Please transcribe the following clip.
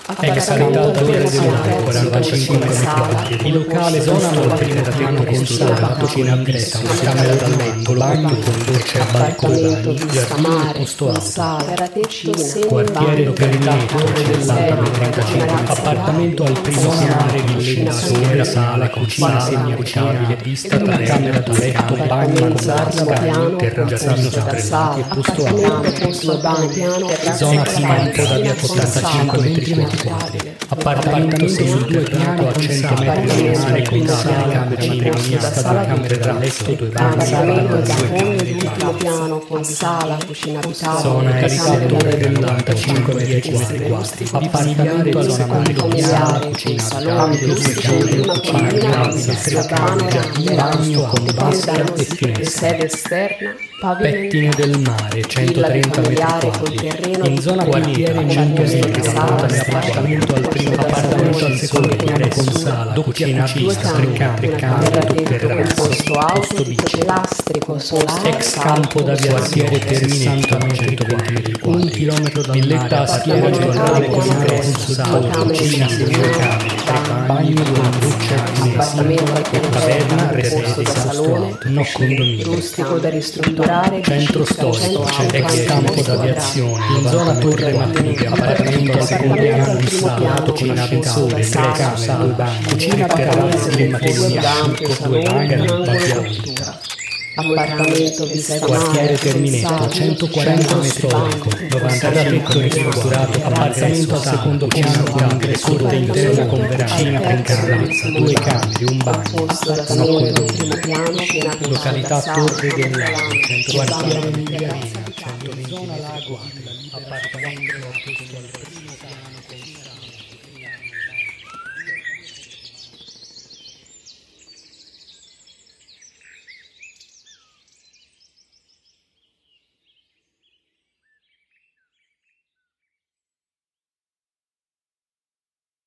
Ex carità Torre del Mare, 45 metri quadri. Il locale zona al primo piano con sala, cucina ingressa, una camera da letto, bagno con docce e balcone, giardino posto alto, quartiere Perinetto, 60 metri 35, appartamento al primo piano, villetta sopra, sala, cucina semi-abitabile, vista da camera da letto, bagno con scagli, terrazzino sterrati e posto alto, zona cimento da via 85 metri quadri, appartamento su 2 piani a 100 metri dal mare con sala, cucina mista, 2 camere da letto, 2 bagni, l'ultimo piano con sala, cucina abitabile, zona Torre del 95 metri quadri, appartamento al secondo piano, cucina abitabile, 2 camere, cucina grande, 3 camere, bagno con basket e finestre. Pettine del Mare, 130 metri quadri, in zona quartiere 100 metri da appartamento al primo, appartamento al secondo piano con sala, cucina vista, 3 camere, terrazzo, posto bici, ex campo da via quartiere Terminetto, 120 metri quadri, 1 chilometro dal villetta a schiena generale con ingresso, sala, cucina, 6 camere, 3 bagni con doccia e taverna, residenza, no condominio. Rustico da ristrutturare, Centro storico, ex campo d'aviazione, in zona Torre Matilde, appartamento al secondo piano di sala, cucina abitabile, 3 camere, 2 bagni, cucina terrazzi, materiali, 2 bagni, bagni. appartamento vista Quartiere Terminetto, 140 metri quadri, 90 tetto ristrutturato, appartamento al secondo piano con ingresso interno con veranda, con carrozza, 2 camere, un bagno, no condominio. Località Torre del Lago, quartiere Migliarina, zona Lago Atla, appartamento